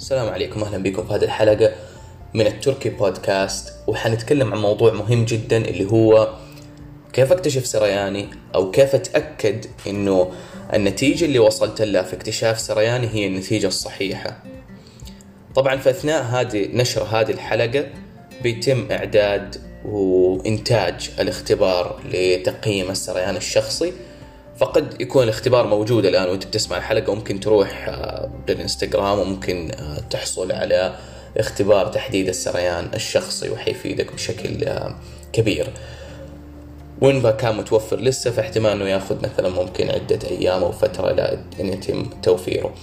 السلام عليكم، أهلا بكم في هذه الحلقة من التركي بودكاست. وحنتكلم عن موضوع مهم جدا اللي هو كيف اكتشف سرياني، أو كيف أتأكد إنه النتيجة اللي وصلت لها في اكتشاف سرياني هي النتيجة الصحيحة. طبعا في أثناء نشر هذه الحلقة بيتم إعداد وإنتاج الاختبار لتقييم السريان الشخصي، فقد يكون الاختبار موجود الآن وانت بتسمع الحلقة. ممكن تروح بالإنستغرام وممكن تحصل على اختبار تحديد السريان الشخصي وحيفيدك بشكل كبير. وإن كان متوفر لسه فاحتمال أنه يأخذ مثلا ممكن عدة أيام أو فترة لأن يتم توفيره.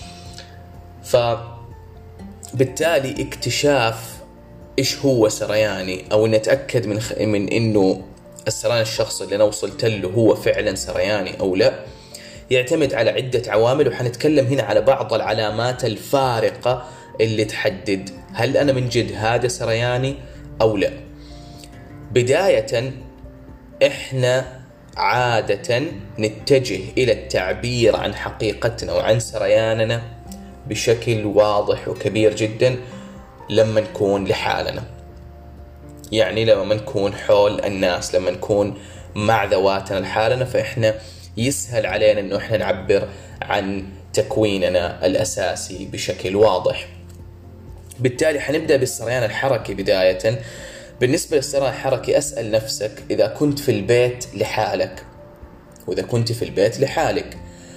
فبالتالي اكتشاف إيش هو سرياني أو نتأكد من إنه السريان الشخصي اللي أنا وصلت له هو فعلا سرياني أو لا يعتمد على عدة عوامل، وحنتكلم هنا على بعض العلامات الفارقة اللي تحدد هل أنا من جد هذا سرياني أو لا. بداية إحنا عادة نتجه إلى التعبير عن حقيقتنا وعن سرياننا بشكل واضح وكبير جدا لما نكون لحالنا، يعني لما نكون حول الناس، لما نكون مع ذواتنا لحالنا، فإحنا يسهل علينا أنه إحنا نعبر عن تكويننا الأساسي بشكل واضح. بالتالي حنبدأ بالسريان الحركي. بداية بالنسبة للسريان الحركي أسأل نفسك إذا كنت في البيت لحالك وإذا كنت في البيت لحالك.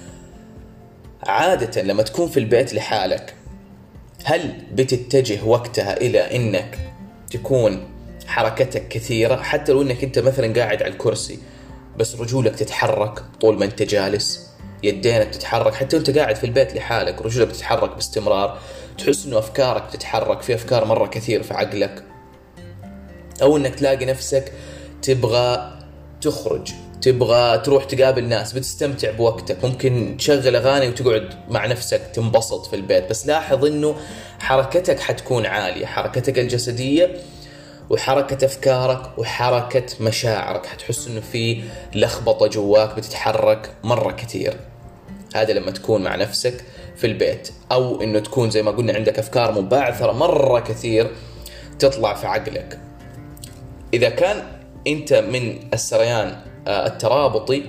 عادة لما تكون في البيت لحالك هل بتتجه وقتها إلى أنك تكون حركتك كثيرة، حتى لو أنك أنت مثلا قاعد على الكرسي بس رجولك تتحرك طول ما أنت جالس، يدينك تتحرك، حتى وأنت قاعد في البيت لحالك رجولك تتحرك باستمرار، تحس أنه أفكارك تتحرك، في أفكار مرة كثير في عقلك، أو أنك تلاقي نفسك تبغى تخرج، تبغى تروح تقابل ناس، بتستمتع بوقتك، ممكن تشغل أغاني وتقعد مع نفسك تنبسط في البيت. بس لاحظ أنه حركتك حتكون عالية، حركتك الجسدية وحركة أفكارك وحركة مشاعرك، حتحس أنه في لخبطة جواك بتتحرك مرة كثير. هذا لما تكون مع نفسك في البيت، أو أنه تكون زي ما قلنا عندك أفكار مبعثرة مرة كثير تطلع في عقلك. إذا كان أنت من السريان الترابطي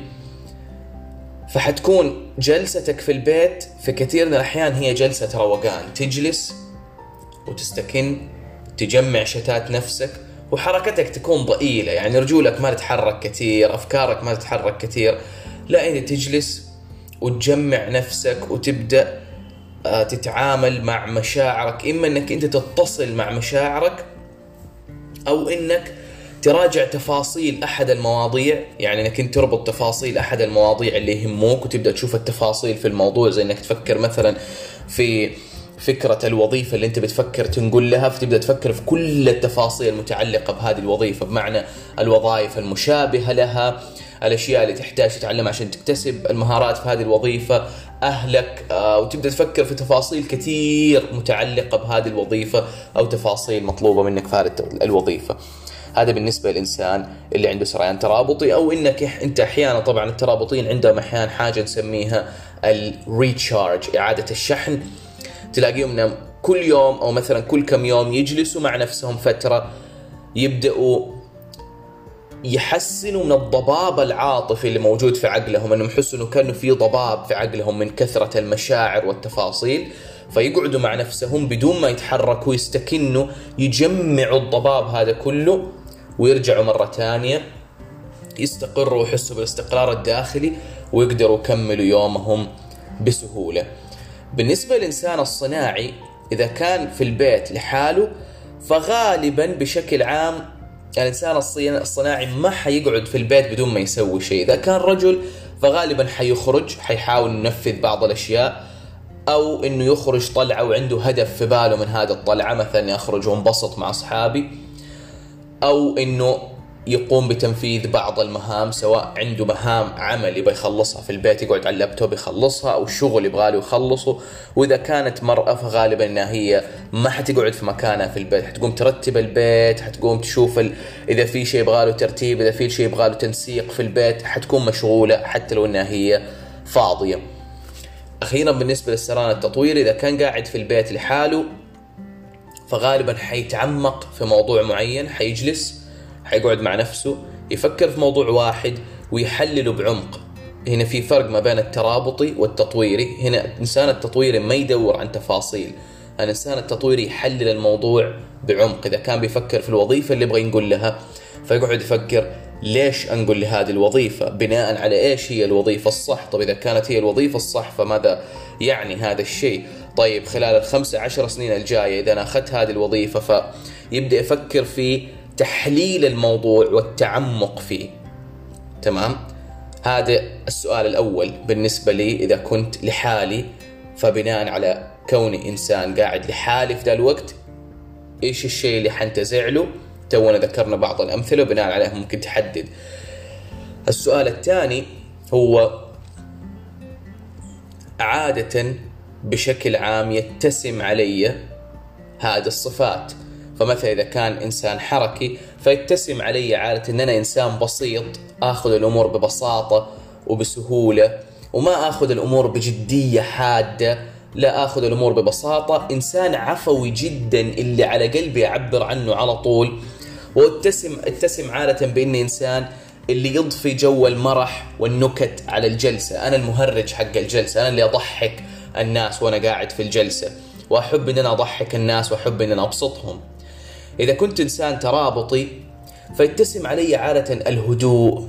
فحتكون جلستك في البيت في كثير من الأحيان هي جلسة روقان، تجلس وتستكن، تجمع شتات نفسك، وحركتك تكون ضئيلة، يعني رجولك ما تتحرك كثير، أفكارك ما تتحرك كثير، لا أنت تجلس وتجمع نفسك وتبدأ تتعامل مع مشاعرك، إما أنك أنت تتصل مع مشاعرك أو أنك تراجع تفاصيل أحد المواضيع، يعني أنك أنت تربط تفاصيل أحد المواضيع اللي يهموك وتبدأ تشوف التفاصيل في الموضوع، زي أنك تفكر مثلا في فكرة الوظيفة اللي أنت بتفكر تنقل لها، فتبدأ تفكر في كل التفاصيل المتعلقة بهذه الوظيفة، بمعنى الوظائف المشابهة لها، الأشياء اللي تحتاج تتعلم عشان تكتسب المهارات في هذه الوظيفة، أهلك، وتبدأ تفكر في تفاصيل كثير متعلقة بهذه الوظيفة أو تفاصيل مطلوبة منك في هذه الوظيفة. هذا بالنسبة للإنسان اللي عنده سريان ترابطي. أو إنك أنت أحيانا، طبعا الترابطين عندهم أحيانا حاجة نسميها الريتشارج، إعادة الشحن، تلاقيهم كل يوم أو مثلا كل كم يوم يجلسوا مع نفسهم فترة، يبدأوا يحسنوا من الضباب العاطفي اللي موجود في عقلهم، أنهم يحسوا أنه كانوا في ضباب في عقلهم من كثرة المشاعر والتفاصيل، فيقعدوا مع نفسهم بدون ما يتحركوا، يستكنوا، يجمعوا الضباب هذا كله ويرجعوا مرة تانية يستقروا ويحسوا بالاستقرار الداخلي ويقدروا يكملوا يومهم بسهولة. بالنسبة للإنسان الصناعي إذا كان في البيت لحاله فغالبا بشكل عام الإنسان الصناعي ما حيقعد في البيت بدون ما يسوي شيء. إذا كان رجل فغالبا حيخرج، حيحاول ينفذ بعض الأشياء، أو إنه يخرج طلعة وعنده هدف في باله من هذا الطلعة، مثلا يخرج وانبسط مع أصحابي، أو إنه يقوم بتنفيذ بعض المهام، سواء عنده مهام عمل يبغى يخلصها في البيت يقعد على اللابتوب يخلصها، أو شغل يبغى له يخلصه. وإذا كانت مرأة فغالبا إنها هي ما حتقعد في مكانها في البيت، حتقوم ترتب البيت، حتقوم تشوف إذا في شيء يبغى له ترتيب، إذا في شيء يبغى له تنسيق في البيت، حتكون مشغولة حتى لو إنها هي فاضية. أخيرا بالنسبة للسريان التطويري، إذا كان قاعد في البيت لحاله فغالبا حيتعمق في موضوع معين، حيجلس حيقعد مع نفسه يفكر في موضوع واحد ويحلله بعمق. هنا في فرق ما بين الترابطي والتطويري. هنا الإنسان التطويري ما يدور عن تفاصيل، الإنسان التطويري يحلل الموضوع بعمق. إذا كان بيفكر في الوظيفة اللي يبغى ينقل لها فيقعد يفكر ليش أنقل لهذه الوظيفة، بناء على إيش هي الوظيفة الصح. طب إذا كانت هي الوظيفة الصح فماذا يعني هذا الشيء؟ طيب خلال 15 سنين الجاية إذا أنا أخذت هذه الوظيفة، فيبدأ يفكر في تحليل الموضوع والتعمق فيه. تمام؟ هذا السؤال الأول بالنسبة لي إذا كنت لحالي. فبناء على كوني إنسان قاعد لحالي في ذا الوقت، إيش الشيء اللي حنتزع له؟ تونا ذكرنا بعض الأمثلة وبناء عليها ممكن تحدد. السؤال الثاني هو عادة بشكل عام يتسم علي هذه الصفات. فمثلا إذا كان إنسان حركي فيتسم علي عادة أن أنا إنسان بسيط، أخذ الأمور ببساطة وبسهولة، وما أخذ الأمور بجدية حادة، لا أخذ الأمور ببساطة. إنسان عفوي جدا اللي على قلبي أعبر عنه على طول. واتسم عادة بإني إنسان اللي يضفي جو المرح والنكت على الجلسة. أنا المهرج حق الجلسة، أنا اللي أضحك الناس وأنا قاعد في الجلسة، وأحب أن أنا أضحك الناس وأحب أن أنا أبسطهم. إذا كنت إنسان ترابطي فيتسم علي عادة الهدوء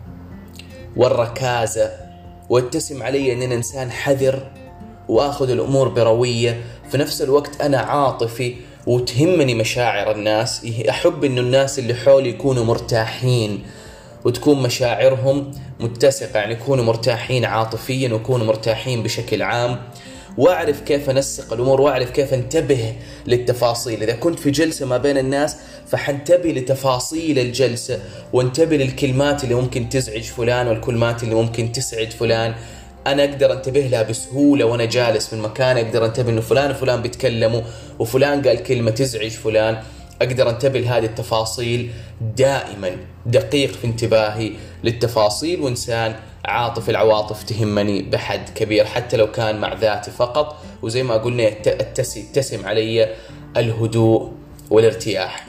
والركازة، ويتسم علي أن أنا إنسان حذر وأخذ الأمور بروية. في نفس الوقت أنا عاطفي وتهمني مشاعر الناس، أحب أن الناس اللي حولي يكونوا مرتاحين وتكون مشاعرهم متسقة، يعني يكونوا مرتاحين عاطفيا ويكونوا مرتاحين بشكل عام. وأعرف كيف أنسق الأمور وأعرف كيف انتبه للتفاصيل. إذا كنت في جلسة ما بين الناس فحنتبه لتفاصيل الجلسة، وانتبه للكلمات اللي ممكن تزعج فلان والكلمات اللي ممكن تسعد فلان. أنا أقدر انتبه لها بسهولة وأنا جالس من مكان، أقدر انتبه إنه فلان وفلان بيتكلموا وفلان قال كلمة تزعج فلان. أقدر انتبه لهذه التفاصيل دائما، دقيق في انتباهي للتفاصيل، وإنسان عاطف. العواطف تهمني بحد كبير حتى لو كان مع ذاتي فقط. وزي ما قلنا يتسم علي الهدوء والارتياح.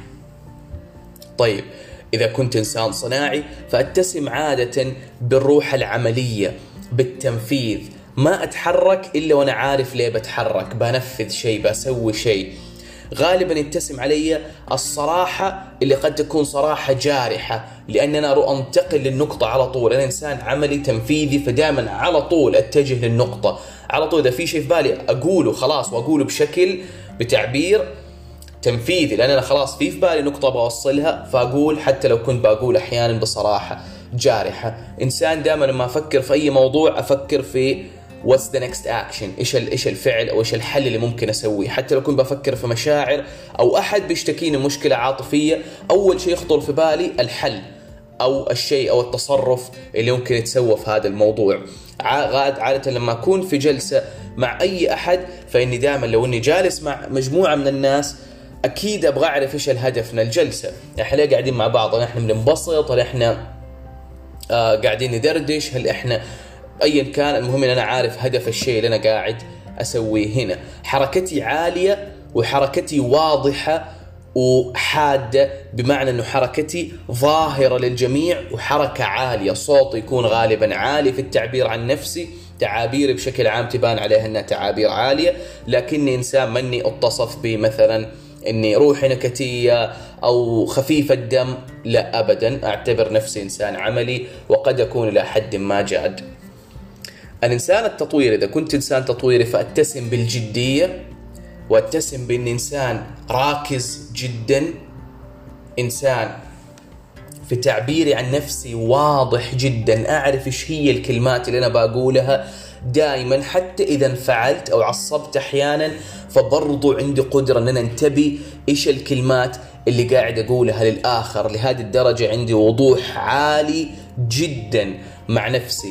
طيب إذا كنت إنسان صناعي فأتسم عادة بالروح العملية، بالتنفيذ. ما أتحرك إلا وأنا عارف ليه بتحرك، بنفذ شيء، بسوي شيء. غالبا يتسم علي الصراحة اللي قد تكون صراحة جارحة، لأن أنا أنتقل للنقطة على طول. أنا إنسان عملي تنفيذي، فدائما على طول أتجه للنقطة على طول. إذا في شيء في بالي أقوله خلاص، وأقوله بشكل بتعبير تنفيذي، لأن أنا خلاص في بالي نقطة بوصلها فأقول، حتى لو كنت بقول أحيانا بصراحة جارحة. إنسان دائما لما أفكر في أي موضوع أفكر في what's the next action، إيش الفعل أو إيش الحل اللي ممكن أسويه. حتى لو كنت بفكر في مشاعر أو أحد بيشتكيني مشكلة عاطفية، أول شيء يخطر في بالي الحل أو الشيء أو التصرف اللي ممكن يتسوى في هذا الموضوع. عادة لما أكون في جلسة مع أي أحد فإني دائما لو إني جالس مع مجموعة من الناس أكيد أبغى أعرف إيش الهدف من الجلسة. إحنا ليه قاعدين مع بعض؟ هل إحنا بننبسط؟ هل إحنا قاعدين ندردش؟ هل إحنا أيا كان، المهم إن أنا عارف هدف الشيء اللي أنا قاعد أسويه هنا. حركتي عالية وحركتي واضحة وحادة، بمعنى أنه حركتي ظاهرة للجميع وحركة عالية. صوتي يكون غالبا عالي في التعبير عن نفسي، تعابيري بشكل عام تبان عليها أنها تعابير عالية، لكني إنسان مني أتصف بمثلا أني روحي نكتية أو خفيف الدم، لا أبدا. أعتبر نفسي إنسان عملي وقد أكون إلى حد ما جاد. الإنسان التطويري، إذا كنت إنسان تطويري فأتسم بالجدية، وأتسم بأن إنسان راكز جدا، إنسان في تعبيري عن نفسي واضح جدا، أعرف إيش هي الكلمات اللي أنا بقولها دائما. حتى إذا انفعلت أو عصبت أحيانا فبرضو عندي قدرة أن أنا انتبه إيش الكلمات اللي قاعد أقولها للآخر. لهذه الدرجة عندي وضوح عالي جدا مع نفسي،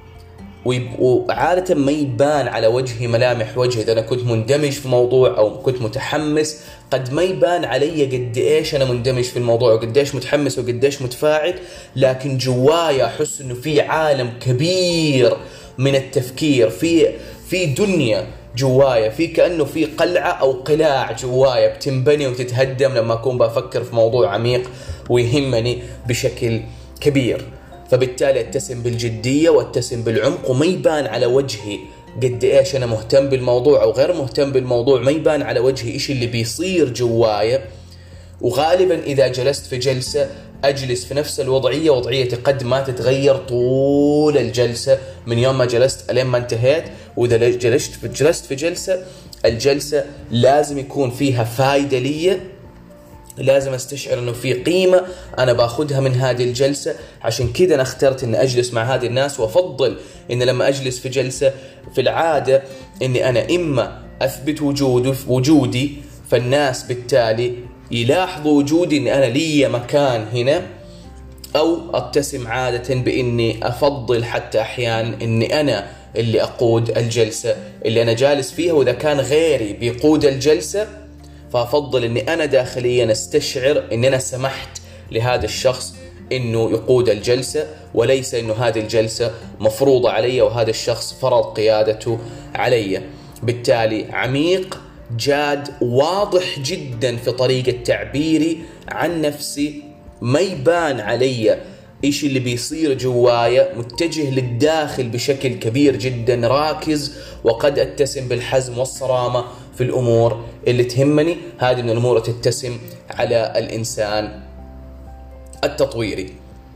وعادة ما يبان على وجهي ملامح وجهي. إذا أنا كنت مندمج في موضوع أو كنت متحمس قد ما يبان علي قد إيش أنا مندمج في الموضوع وقد إيش متحمس وقد إيش متفاعل، لكن جوايا أحس إنه في عالم كبير من التفكير، في دنيا جوايا، في كأنه في قلعة أو قلاع جوايا بتنبني وتتهدم لما أكون بفكر في موضوع عميق ويهمني بشكل كبير. فبالتالي اتسم بالجدية واتسم بالعمق، وما يبان على وجهي قد ايش انا مهتم بالموضوع او غير مهتم بالموضوع، ما يبان على وجهي ايش اللي بيصير جوايا. وغالبا اذا جلست في جلسة اجلس في نفس الوضعية، وضعيتي قد ما تتغير طول الجلسة من يوم ما جلست الين ما انتهيت. واذا جلست في جلسة، الجلسة لازم يكون فيها فايدة لي، لازم استشعر انه في قيمة انا باخدها من هذه الجلسة. عشان كذا انا اخترت اني اجلس مع هذه الناس، وافضل ان لما اجلس في جلسة في العادة اني انا اما اثبت وجودي، فالناس بالتالي يلاحظوا وجودي ان انا لي مكان هنا، او ابتسم عادة باني افضل حتى احيانا اني انا اللي اقود الجلسة اللي انا جالس فيها. واذا كان غيري بيقود الجلسة، فأفضل أني أنا داخليا استشعر أن أنا سمحت لهذا الشخص أنه يقود الجلسة، وليس أنه هذه الجلسة مفروضة علي وهذا الشخص فرض قيادته علي. بالتالي عميق، جاد، واضح جدا في طريقة تعبيري عن نفسي، ما يبان علي إيش اللي بيصير جوايا، متجه للداخل بشكل كبير جدا، راكز، وقد أتسم بالحزم والصرامة في الأمور اللي تهمني. هذه من الأمور تتسم على الإنسان التطويري.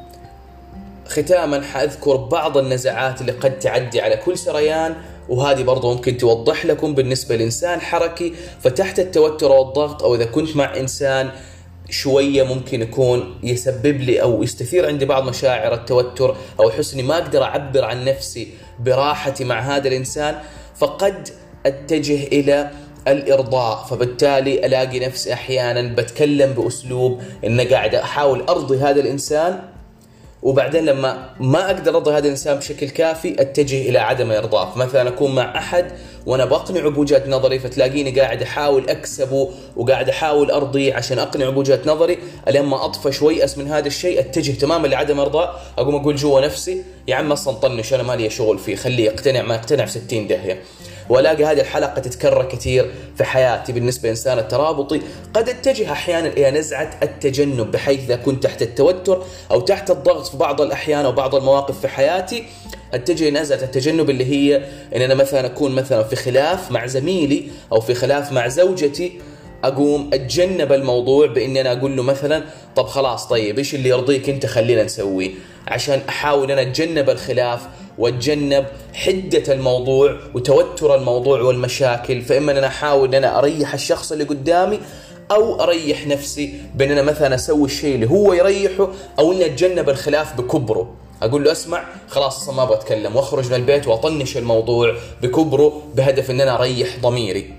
ختاما حأذكر بعض النزعات اللي قد تعدي على كل سريان، وهذه برضو ممكن توضح لكم بالنسبة لإنسان حركي فتحت التوتر والضغط، أو إذا كنت مع إنسان شوية ممكن يكون يسبب لي أو يستثير عندي بعض مشاعر التوتر، أو أحس إني ما أقدر أعبر عن نفسي براحتي مع هذا الإنسان، فقد أتجه إلى الإرضاء. فبالتالي ألاقي نفسي أحيانا بتكلم بأسلوب إن قاعد أحاول أرضي هذا الإنسان، وبعدين لما ما أقدر أرضي هذا الإنسان بشكل كافي أتجه إلى عدم إرضاء. مثلا أكون مع أحد وأنا بقنعه بوجهة نظري، فتلاقيني قاعد أحاول أكسبه وقاعد أحاول أرضي عشان أقنعه بوجهة نظري، لما أطفش ويأس من هذا الشيء أتجه تماما لعدم إرضاء. أقوم أقول جوا نفسي يا عم أصلا طنش، أنا مالي شغل فيه، خليه يقتنع ما يقتنع في 60 داهية. وألاقي هذه الحلقة تتكرر كثير في حياتي. بالنسبة لإنسان الترابطي قد أتجه أحيانا إلى نزعة التجنب، بحيث إذا كنت تحت التوتر أو تحت الضغط في بعض الأحيان أو بعض المواقف في حياتي، أتجه إلى نزعة التجنب اللي هي إن أنا مثلا أكون مثلا في خلاف مع زميلي أو في خلاف مع زوجتي، أقوم أتجنب الموضوع بإني أنا أقول له مثلا طب خلاص طيب إيش اللي يرضيك أنت خلينا نسويه، عشان أحاول أنا أتجنب الخلاف واتجنب حدة الموضوع وتوتر الموضوع والمشاكل. فإما أنا أحاول أن أنا أريح الشخص اللي قدامي، أو أريح نفسي بأن أنا مثلا أسوي الشيء اللي هو يريحه، أو أن أتجنب الخلاف بكبره. أقول له أسمع خلاص ما بتكلم، وأخرج من البيت وأطنش الموضوع بكبره بهدف أن أنا أريح ضميري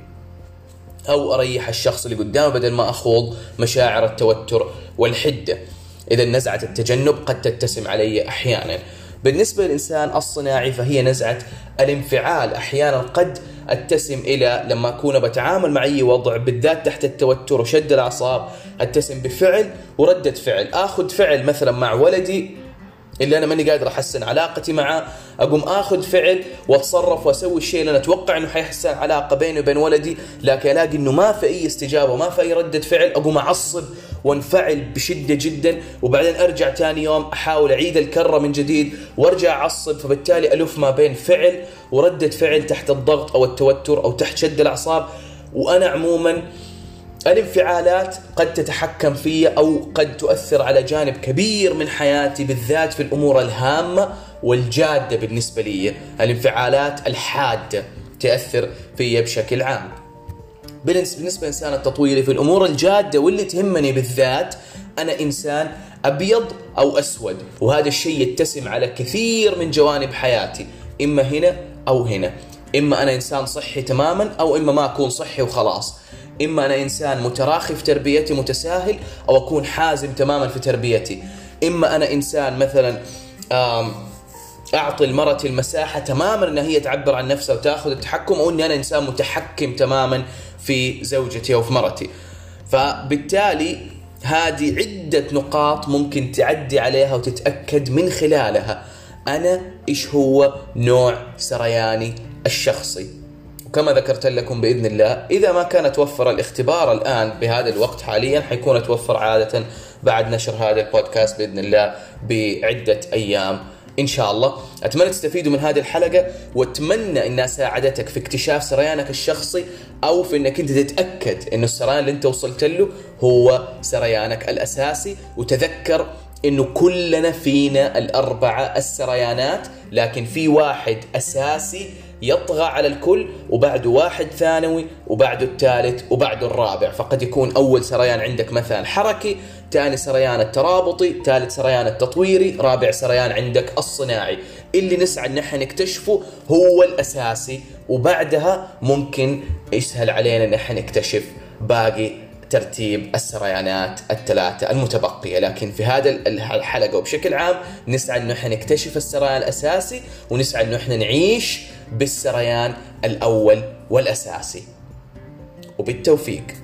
أو أريح الشخص اللي قدامي بدل ما أخوض مشاعر التوتر والحدة. إذا نزعة التجنب قد تتسم علي أحيانا. بالنسبة للإنسان الصناعي فهي نزعة الانفعال. أحيانا قد أتسم إلى لما أكون بتعامل مع أي وضع بالذات تحت التوتر وشد الأعصاب، أتسم بفعل وردة فعل. أخذ فعل مثلا مع ولدي اللي أنا ماني قادر أحسن علاقتي معه، أقوم أخذ فعل وأتصرف وأسوي الشيء اللي أنا أتوقع أنه حيحسن علاقة بيني وبين ولدي، لكن ألاقي أنه ما في أي استجابة وما في أي ردة فعل، أقوم أعصب وانفعل بشدة جدا، وبعدين أرجع تاني يوم أحاول أعيد الكرة من جديد وأرجع أعصب. فبالتالي ألف ما بين فعل وردة فعل تحت الضغط أو التوتر أو تحت شد الأعصاب. وأنا عموما الانفعالات قد تتحكم فيا أو قد تؤثر على جانب كبير من حياتي، بالذات في الأمور الهامة والجادة. بالنسبة لي الانفعالات الحادة تأثر فيا بشكل عام. بالنسبة لإنسان التطويري في الأمور الجادة واللي تهمني بالذات، أنا إنسان أبيض أو أسود، وهذا الشيء يتسم على كثير من جوانب حياتي، إما هنا أو هنا. إما أنا إنسان صحي تماما، أو إما ما أكون صحي وخلاص. إما أنا إنسان متراخي في تربيتي متساهل، أو أكون حازم تماما في تربيتي. إما أنا إنسان مثلا أعطي المرأة المساحة تماما أنها هي تعبر عن نفسها وتأخذ التحكم، أو أني أنا إنسان متحكم تماما في زوجتي أو في مرتي. فبالتالي هذه عدة نقاط ممكن تعدي عليها وتتأكد من خلالها أنا إيش هو نوع سرياني الشخصي. وكما ذكرت لكم بإذن الله إذا ما كان توفر الاختبار الآن بهذا الوقت حاليا حيكون توفر عادة بعد نشر هذا البودكاست بإذن الله بعدة أيام إن شاء الله. أتمنى تستفيدوا من هذه الحلقة، وأتمنى إنها ساعدتك في اكتشاف سريانك الشخصي، أو في إنك أنت تتأكد إنه السريان اللي أنت وصلت له هو سريانك الأساسي. وتذكر إنه كلنا فينا الأربعة السريانات، لكن في واحد أساسي يطغى على الكل، وبعده واحد ثانوي، وبعده الثالث، وبعده الرابع. فقد يكون أول سريان عندك مثلا حركي، ثاني سريان الترابطي، ثالث سريان التطويري، رابع سريان عندك الصناعي. اللي نسعى نحن نكتشفه هو الأساسي، وبعدها ممكن يسهل علينا نحن نكتشف باقي ترتيب السريانات الثلاثة المتبقية. لكن في هذا الحلقة وبشكل عام نسعى أن نحن نكتشف السريان الأساسي، ونسعى أن نحن نعيش بالسريان الأول والأساسي. وبالتوفيق.